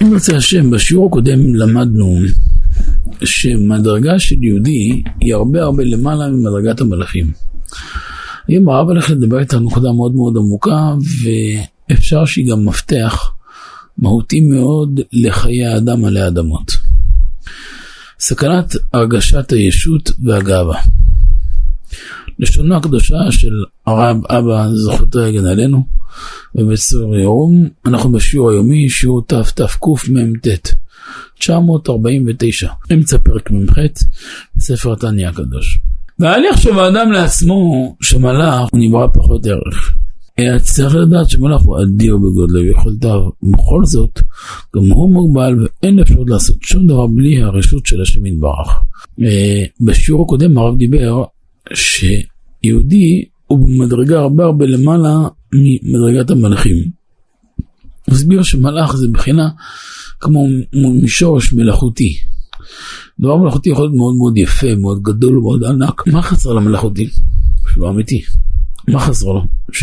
אם רצה השם, בשיעור הקודם למדנו שמדרגה של יהודי היא הרבה למעלה ממדרגת המלאכים. אם הרב הולך לדבר את הנקודה מאוד מאוד עמוקה, ואפשר שהיא גם מפתח מהותי מאוד לחיי האדם עלי האדמות. סכנת הרגשת הישות והגאווה. לשונו הקדושה של הרב אבא זכותו יגן עלינו, ובספר ירום אנחנו בשיעור היומי, שיעור תתקמ"ט 949, אמצע פרק ממ"ח בספר התניא הקדוש. וההליך שבאדם לעצמו שמלאך הוא נברא פחות ערך. צריך לדעת שמלאך הוא אדיר בגודלו ויכולתיו, בכל זאת גם הוא מוגבל ואין אפשרות לעשות שום דבר בלי הרשות של השם יתברך. בשיעור הקודם הרב דיבר שיהודי הוא במדרגה הרבה למעלה ממדרגת המלאכים. הוא הסביר שמלאך זה בחינה כמו משורש מלאכותי. דבר מלאכותי יכול להיות מאוד מאוד יפה, מאוד גדול, מאוד ענק. מה חסר למלאכותי? שלא אמיתי. מה חסר לו?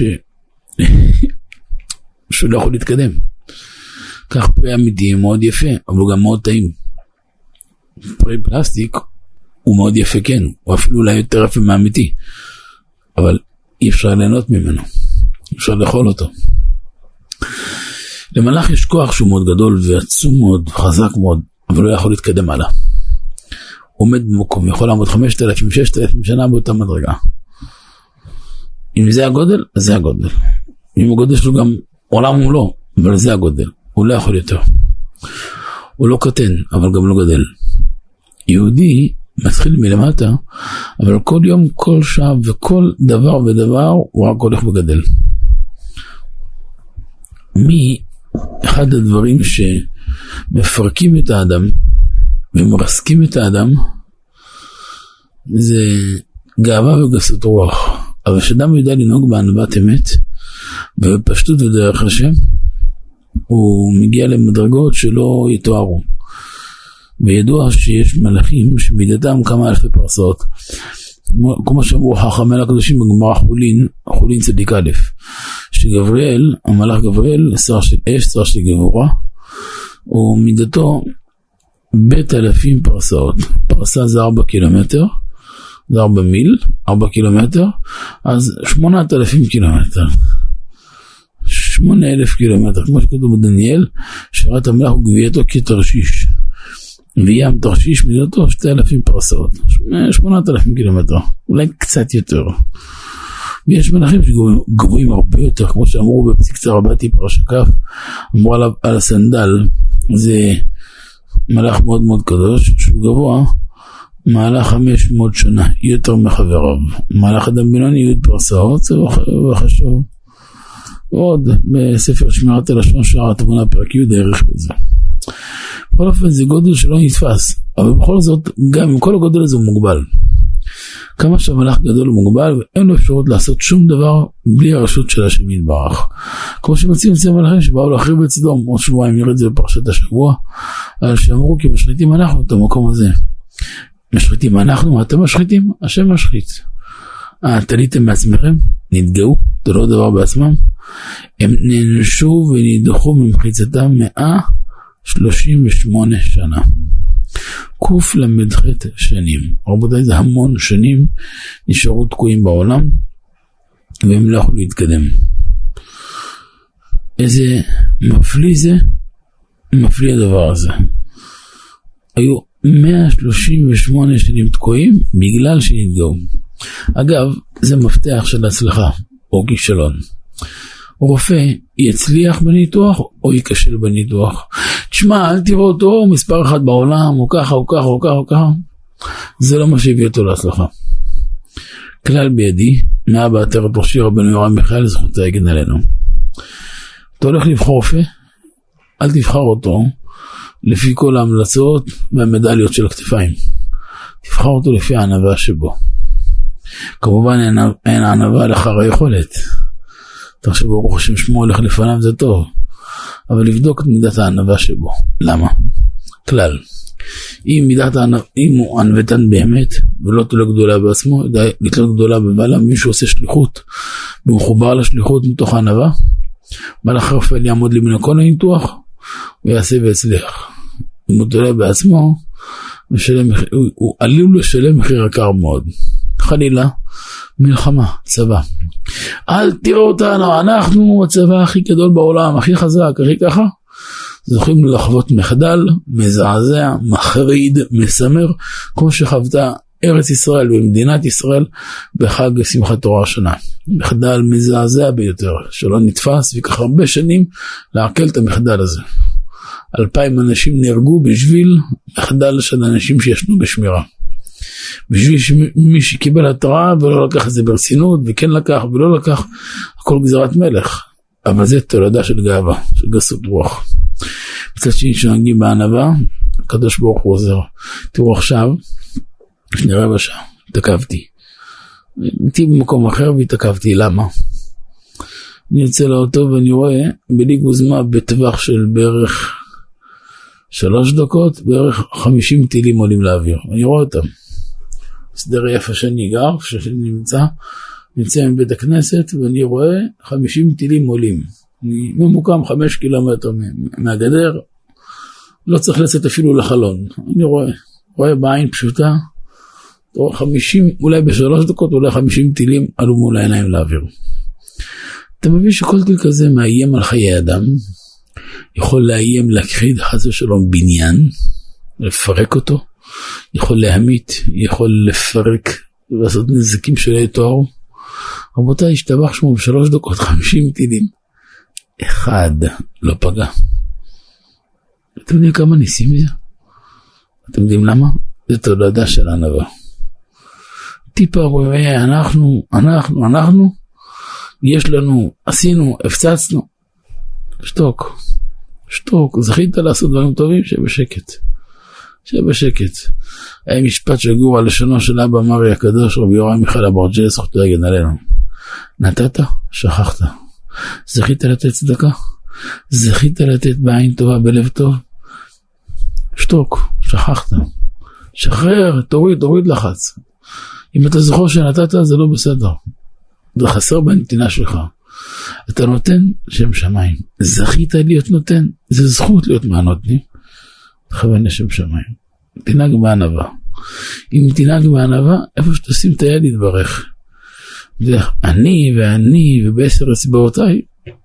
שהוא לא יכול להתקדם. כך פרי אמיתי מאוד יפה, אבל הוא גם מאוד טעים. פרי פלסטיק הוא מאוד יפה, כן, הוא אפילו אולי יותר יפה מאמיתי, אבל אי אפשר ליהנות ממנו, אי אפשר לאכול אותו. למלאך יש כוח שהוא מאוד גדול ועצום מאוד, חזק מאוד, אבל לא יכול להתקדם הלאה. הוא עומד במקום, יכול לעמוד 5,000, 6,000 שנה באותה מדרגה. אם זה הגודל, אז זה הגודל. אם הגודל שלו גם עולם הוא לא, אבל זה הגודל, הוא לא יכול יותר. הוא לא קטן, אבל גם לא גדל. יהודי מתחיל מלמטה, אבל כל יום, כל שעה וכל דבר ודבר הוא רק הולך וגדל. אחד הדברים שמפרקים את האדם ומרסקים את האדם זה גאווה וגסות רוח. אבל כשאדם יודע לנהוג בענוות אמת ובפשטות ודרך השם, הוא מגיע למדרגות שלא יתוארו. וידוע שיש מלאכים שמידתם כמה אלפי פרסאות, כמו שאמרו חכמי הקדושים בגמרא חולין צדיק א', שגבריאל, המלאך גבריאל, שר של אש, שר של גבורה, ומידתו 1,000 פרסאות. פרסה זה 4 קילומטר, זה 4 מיל, 4 קילומטר, אז 8,000 קילומטר. 8,000 קילומטר, כמו שכתוב בדניאל, שרת המלאך וגבייתו כתרשיש. וים תרשיש מידתו 2,000 פרסאות, 8,000 קילומטר, אולי קצת יותר. ויש מלאכים שגבוהים הרבה יותר, כמו שאמרו בפסיקתא רבתי פרשת כ', אמרו עליו על הסנדל, זה מלאך מאוד מאוד קדוש, שהוא גבוה, מעלה 500 שנה, יותר מחבריו. מלאך אדם בינוני י' פרסאות, זה וחשוב. ועוד, בספר שמירת הלשון שער התבונה פרק י' העריך בזה. בכל אופן זה גודל שלא נתפס, אבל בכל זאת גם עם כל הגודל הזה הוא מוגבל. כמה שהמלאך גדול הוא מוגבל ואין לו אפשרות לעשות שום דבר בלי הרשות של השם יתברך. כמו שמציעים אצל המלאכים שבאו להחריב את סדום, עוד שבועיים נראה את זה בפרשת השבוע, על שאמרו כי משחיתים אנחנו את המקום הזה. משחיתים אנחנו, אתם משחיתים, השם משחית. תליתם בעצמכם, נתגאו, זה לא דבר בעצמם, הם ננשו ונדחו ממחיצתם 138 שנה. קוף למדחת שנים. רבותיי, זה המון שנים נשארו תקועים בעולם והם לא יכולו להתקדם. איזה מפליא זה, מפליא הדבר הזה. היו 138 שנים תקועים בגלל שנתגאו. אגב, זה מפתח של הצלחה או כישלון. רופא יצליח בניתוח או ייכשל בניתוח. תשמע, אל תראו אותו מספר אחד בעולם, או ככה, או ככה, או ככה, או ככה. זה לא מה שהביא אותו להצלחה. כלל בידי, מאבא עטרת ראשי רבנו יורם מיכאל, זכותו יגן עלינו. אתה הולך לבחור רופא, אל תבחר אותו לפי כל ההמלצות והמדליות של הכתפיים. תבחר אותו לפי הענווה שבו. כמובן אין הענווה לאחר היכולת. תחשב ברוך השם שמו הולך לפניו זה טוב, אבל לבדוק את מידת הענווה שבו. למה? כלל, אם הוא ענוותן באמת ולא תולה גדולה בעצמו, לתלות גדולה בבעלה, מישהו עושה שליחות ומחובר לשליחות מתוך הענווה, מלאך רפאל יעמוד לי מן הכל הניתוח הוא יעשה והצליח. אם הוא תולה בעצמו, הוא עלול לשלם מחיר יקר מאוד. חלילה, מלחמה, צבא. אל תראו אותנו, אנחנו הצבא הכי גדול בעולם, הכי חזק, הכי ככה. זוכים לחוות מחדל, מזעזע, מחריד, מסמר, כמו שחוותה ארץ ישראל ומדינת ישראל בחג שמחת תורה השנה. מחדל מזעזע ביותר, שלא נתפס, וכך הרבה שנים לעכל את המחדל הזה. 2,000 אנשים נהרגו בשביל מחדל של אנשים שישנו בשמירה. בשביל מי שקיבל התראה ולא לקח את זה ברצינות, וכן לקח ולא לקח, הכל גזירת מלך. אבל זה תולדה של גאווה, של גסות רוח. מצד שני שנוגעים בענווה, הקדוש ברוך הוא עוזר. תראו עכשיו, לפני רבע שעה, התעכבתי. הייתי במקום אחר והתעכבתי, למה? אני יוצא לאוטו ואני רואה בלי גוזמה בטווח של בערך 3 דקות, בערך 50 טילים עולים לאוויר. אני רואה אותם. סדר יפה שאני גר, שאני נמצא מבית הכנסת, ואני רואה 50 טילים עולים. אני ממוקם 5 קילומטר מהגדר, לא צריך לצאת אפילו לחלון. אני רואה בעין פשוטה, 50, אולי ב3 דקות, אולי 50 טילים עלו מול העיניים לאוויר. אתה מבין שכל טיל כזה מאיים על חיי אדם, יכול לאיים להכחיד חס ושלום בניין, לפרק אותו, יכול להמית, יכול לפרק, לעשות נזקים שלא יתוארו. רבותיי, השתבח שמו ב3 דקות 50 טילים. אחד לא פגע. אתם יודעים כמה ניסים זה? אתם יודעים למה? זה תולדה של ענווה. טיפה רואה, אנחנו, יש לנו, עשינו, הפצצנו. שתוק, זכית לעשות דברים טובים, שבשקט. היה משפט שגור על לשונו של אבא מרי הקדוש, רבי יורם מיכאל אברג'ל, זכותו יגן עלינו. נתת, שכחת. זכית לתת צדקה, זכית לתת בעין טובה, בלב טוב. שתוק, שכחת. שחרר, תוריד לחץ. אם אתה זוכר שנתת, זה לא בסדר. זה חסר בנתינה שלך. אתה נותן שם שמיים. זכית להיות נותן, זה זכות להיות מהנותנים. תכוון לשם שמיים. תנהג בענווה. אם תנהג בענווה, איפה שתשים את היד יתברך. אני וב10 אצבעותיי,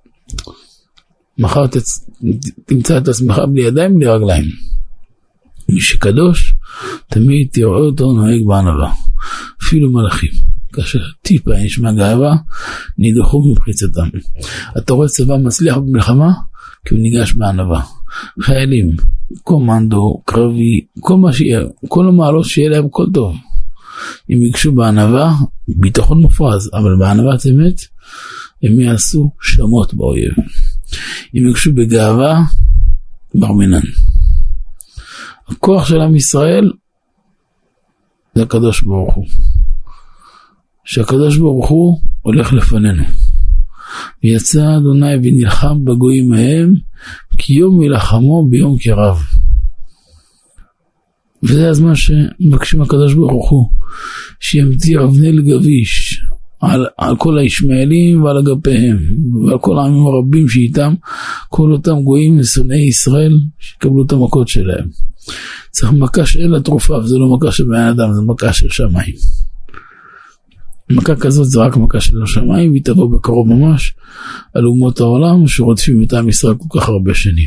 מחר תמצא את עצמך בלי ידיים בלי רגליים. מי שקדוש, תמיד תראה אותו נוהג בענווה. אפילו מלאכים. כאשר טיפה יש מהגאווה, נידחו מבחיצתם. אתה רואה צבא מצליח במלחמה, כי הוא ניגש בענווה. חיילים, קומנדו, קרבי, כל מה שיהיה, כל המעלות שיהיה להם, כל טוב. אם ייגשו בענווה, ביטחון מופרז, אבל בענוות אמת, הם יעשו שמות באויב. אם ייגשו בגאווה, ברמנן. הכוח של עם ישראל, זה הקדוש ברוך הוא. שהקדוש ברוך הוא הולך לפנינו. ויצא אדוני ונלחם בגויים מהם, כי יום ילחמו ביום קרב. וזה הזמן שמבקשים הקדוש ברוך הוא, שימציא אבנל גביש על כל הישמעאלים ועל אגפיהם, ועל כל העמים הרבים שאיתם, כל אותם גויים ושונאי ישראל, שיקבלו את המכות שלהם. צריך מכה שאין לה תרופה, וזה לא מכה של בן אדם, זה מכה של שמיים. מכה כזאת זה רק מכה של השמיים, והיא תבוא בקרוב ממש על אומות העולם שרודפים את עם ישראל כל כך הרבה שנים.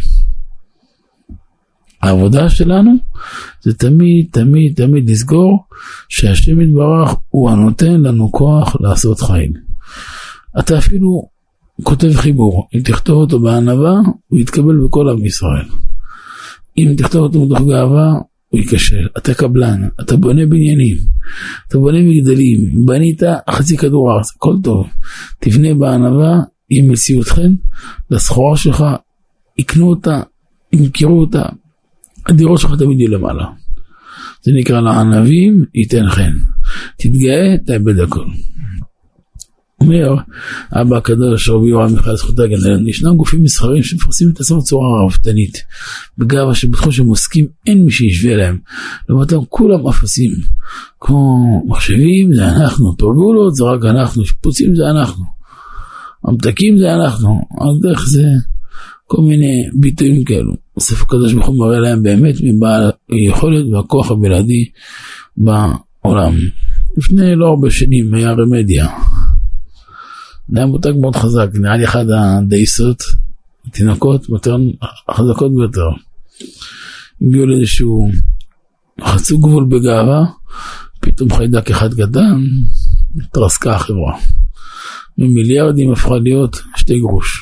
העבודה שלנו זה תמיד לסגור שהשם יתברך הוא הנותן לנו כוח לעשות חיל. אתה אפילו כותב חיבור, אם תכתוב אותו בענווה הוא יתקבל בכל עם ישראל. אם תכתוב אותו מתוך גאווה הוא ייכשל. אתה קבלן, אתה בונה בניינים, אתה בונה מגדלים, בנית חצי כדור ארץ, הכל טוב. תבנה בענווה עם מציאות חן, לסחורה שלך יקנו אותה, ימכרו אותה, הדירות שלך תמיד יהיו למעלה. זה נקרא לענבים ייתן חן. תתגאה, תאבד הכל. אומר, אבא הקדוש רבי יורם מיכאל זכותו יגן עלינו, ישנם גופים מסחריים שמפרסמים את עצמם בצורה רהבתנית, בגאווה שבתחום שהם עוסקים אין מי שישווה להם, לעומתם כולם אפסים, כמו מחשבים זה אנחנו, פרגולות זה רק אנחנו, שפוצים זה אנחנו, המתקים זה אנחנו, על דרך זה כל מיני ביטויים כאלו. ספר הקדוש ברוך הוא מראה להם באמת מבעל היכולת והכוח הבלעדי בעולם. לפני לא הרבה שנים היה רמדיה. זה היה מותג מאוד חזק, נראה לי אחד הדייסות, תינוקות, החזקות ביותר. הגיעו לאיזשהו חצו גבול בגאווה, פתאום חיידק אחד קטן, התרסקה החברה. ממיליארדים הפכה להיות 2 גרוש.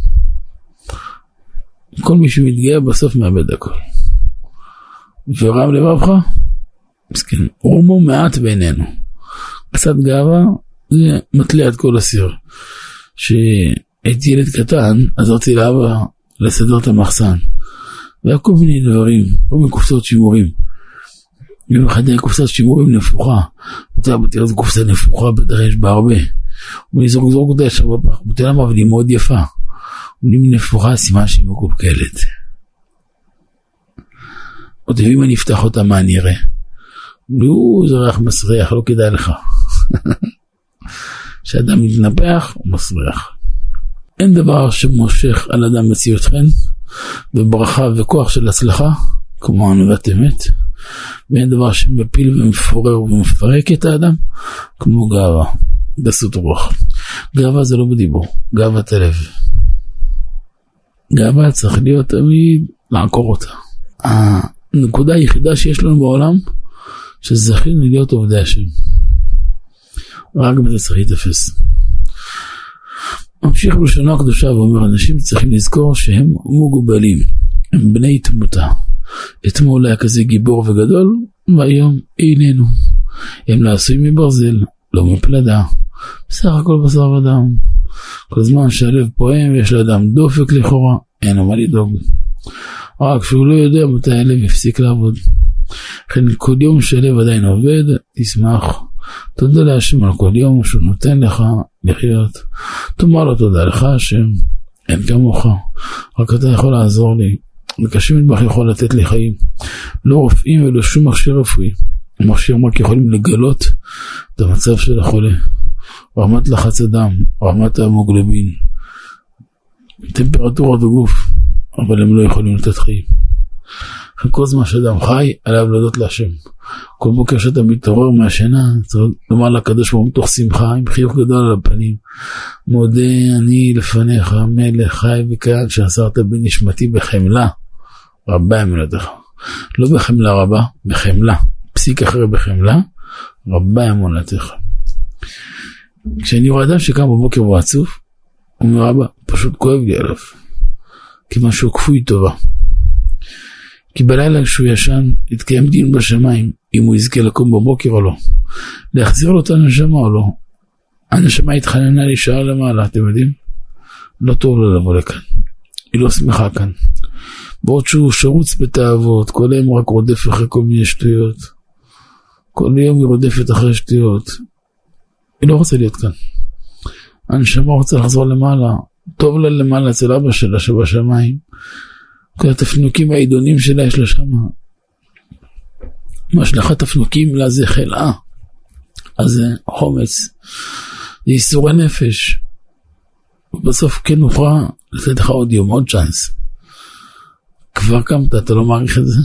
כל מי שמתגאה בסוף מאבד הכל. ורם לבבך, מסכן, רומו מעט בעינינו. קצת גאווה, זה מטליע את כל הסיר. שהייתי ילד קטן, עזרתי לאבא לסדר את המחסן. והיה כל מיני דברים, כל מיני קופסאות שימורים. יום אחד היה קופסת שימורים נפוחה. תראה, זו קופסה נפוחה, בטח יש בה הרבה. הוא נזרוק אותה ישר בפח. הוא תראה למה, אבל היא מאוד יפה. הוא נראה נפוחה, סימן שהיא מקולקלת. עוד אם אני אפתח אותה, מה אני אראה? זה ריח מסריח, לא כדאי לך. כשאדם מתנפח, הוא מסריח. אין דבר שמושך על אדם מציאות חן, בברכה וכוח של הצלחה, כמו ענוות אמת, ואין דבר שמפיל ומפורר ומפרק את האדם, כמו גאווה, גסות רוח. גאווה זה לא בדיבור, גאוות הלב. גאווה צריך להיות תמיד לעקור אותה. הנקודה היחידה שיש לנו בעולם, שזכינו להיות עובדי השם. רק בזה צריך להתאפס. ממשיך בלשונו הקדושה ואומר, אנשים צריכים לזכור שהם מוגבלים, הם בני תמותה. אתמול היה כזה גיבור וגדול, והיום איננו. הם לא עשויים מברזל, לא מפלדה, בסך הכל בשר ודם. כל זמן שהלב פועם ויש לאדם דופק לכאורה, אין לו מה לדאוג. רק כשהוא לא יודע מתי הלב יפסיק לעבוד. לכן כל יום שהלב עדיין עובד, תשמח. תודה להשם על כל יום שהוא נותן לך לחיות. תאמר לו תודה לך השם, אין כמוך, רק אתה יכול לעזור לי. וקשים מטבח יכול לתת לי חיים. לא רופאים ולא שום מכשיר רפואי. מכשיר רק יכולים לגלות את המצב של החולה. רמת לחץ הדם, רמת ההמוגלובין, טמפרטורת הגוף, אבל הם לא יכולים לתת חיים. כל זמן שאדם חי, עליו להודות להשם. כל בוקר שאתה מתעורר מהשינה, צריך לומר לקדוש ברוך הוא מתוך שמחה, עם חיוך גדול על הפנים. מודה אני לפניך, מלך חי וקיים, שעשרת בנשמתי בחמלה, רבה אמונתך. לא בחמלה רבה, בחמלה. פסיק אחר בחמלה, רבה אמונתך. כשאני רואה אדם שקם בבוקר והוא עצוב, הוא אומר, רבה, פשוט כואב לי עליו. כיוון שהוא כפוי טובה. כי בלילה כשהוא ישן, התקיים דין בשמיים, אם הוא יזכה לקום בבוקר או לא. להחזיר לו את הנשמה או לא. הנשמה התחננה להישאר למעלה, אתם יודעים? לא טוב לו לבוא לכאן. היא לא שמחה כאן. בעוד שהוא שרוץ בתאוות, כל היום רק רודף אחרי כל מיני שטויות. כל יום היא רודפת אחרי שטויות. היא לא רוצה להיות כאן. הנשמה רוצה לחזור למעלה. טוב לה למעלה אצל אבא שלה שבשמיים. כל התפנוקים העידונים שלה יש לה שמה. מהשלכת תפנוקים לה זה חלאה. אז זה חומץ. זה ייסורי נפש. ובסוף כן נוכל לתת לך עוד יום, עוד צ'אנס. כבר קמת, אתה לא מעריך את זה?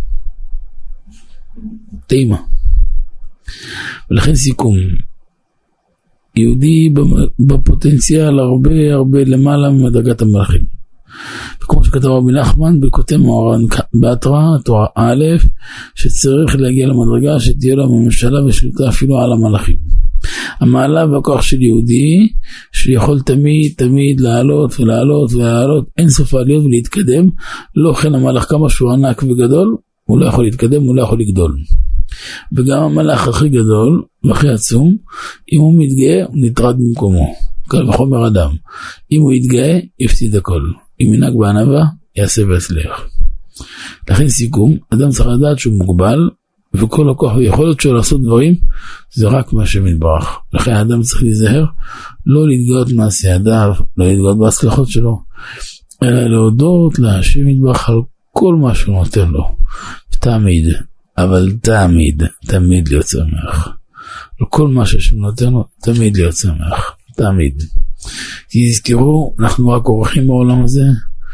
תאימה. ולכן סיכום. יהודי בפוטנציאל הרבה למעלה מדרגת המלאכים. וכמו שכתב רבי נחמן בכותב מוהר"ן בהתראה, תורה א', שצריך להגיע למדרגה שתהיה לו ממשלה ושליטה אפילו על המלאכים. המעלה והכוח של יהודי שיכול תמיד לעלות ולעלות ולעלות אין סוף העליות ולהתקדם. לא כן המלאך כמה שהוא ענק וגדול, הוא לא יכול להתקדם, הוא לא יכול לגדול. וגם המלאך הכי גדול והכי עצום, אם הוא מתגאה הוא נטרד במקומו. קל וחומר אדם, אם הוא יתגאה יפסיד הכל, אם ינהג בענווה יעשה ויצליח. לכן סיכום, אדם צריך לדעת שהוא מוגבל, וכל הכוח ויכולת שלו לעשות דברים זה רק מה שמתברך. לכן האדם צריך להיזהר לא להתגאות מעשי ידיו, לא להתגאות בהצלחות שלו, אלא להודות להשם יתברך על כל מה שהוא נותן לו. תמיד, אבל תמיד להיות שמח. על כל מה שהשם נותן לו, תמיד להיות שמח. תמיד. כי תזכרו, אנחנו רק אורחים בעולם הזה,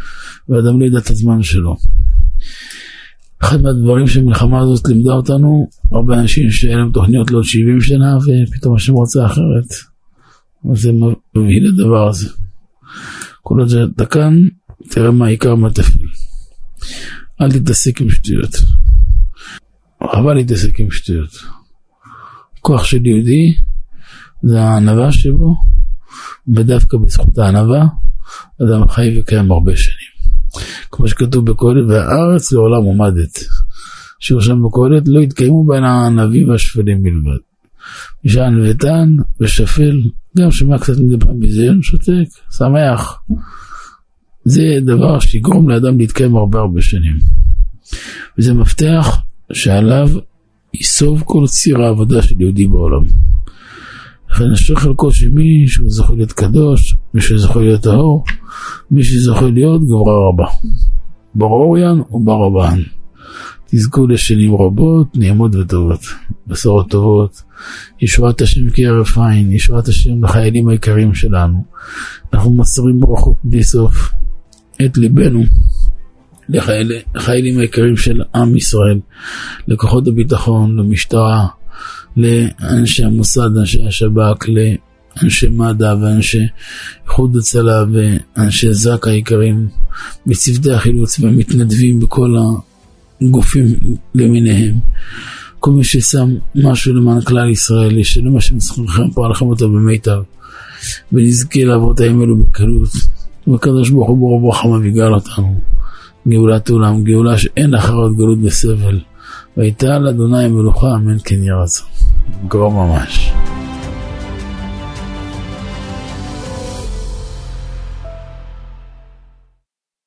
ואדם לא ידע את הזמן שלו. אחד מהדברים שהמלחמה הזאת לימדה אותנו, הרבה אנשים שאין להם תוכניות לעוד 70 שנה, ופתאום השם רוצה אחרת. וזה מביא לדבר הזה. כל עוד שאתה כאן, תראה מה העיקר מהטפל. אל תתעסק עם שטויות. חבל להתעסק עם שטויות. כוח של יהודי, זה הענווה שבו, ודווקא בזכות הענווה, אדם חי וקיים הרבה שנים. כמו שכתוב בקהלת, והארץ לעולם עומדת. שרשם בקהלת, לא יתקיימו בין הענבים והשפלים בלבד. מי שענוותן ושפל, גם שמע קצת מדי פעם בזיון, שותק, שמח. זה דבר שיגרום לאדם להתקיים הרבה שנים. וזה מפתח שעליו יסוב כל ציר העבודה של יהודי בעולם. לכן אשר חלקו שמי שהוא זוכה להיות קדוש, מי שזוכה להיות טהור, מי שזוכה להיות גברה רבה. בראוריין וברבן. תזכו לשנים רבות, נעימות וטובות. בשורות טובות. ישועת השם כהרף עין, ישועת השם לחיילים העיקריים שלנו. אנחנו מסרים ברכות בלי סוף את ליבנו לחיילים העיקריים של עם ישראל, לכוחות הביטחון, למשטרה, לאנשי המוסד, אנשי השב"כ, לאנשי מד"א ואנשי איחוד הצלה ואנשי זק"א העיקריים, בצוותי החילוץ ומתנדבים בכל הגופים למיניהם. כל מי ששם משהו למען כלל ישראל, ישלם מה שמצליחים פה עליכם אותו במיטב, ונזכה לעבור את הימים האלו בקלות. והקדוש ברוך הוא ברוב רחמיו ויגאל אותנו גאולת עולם, גאולה שאין לאחר עוד גלות בסבל. והייתה לאדוני המלוכה, אמן כן יהיה רצון. גרוע ממש.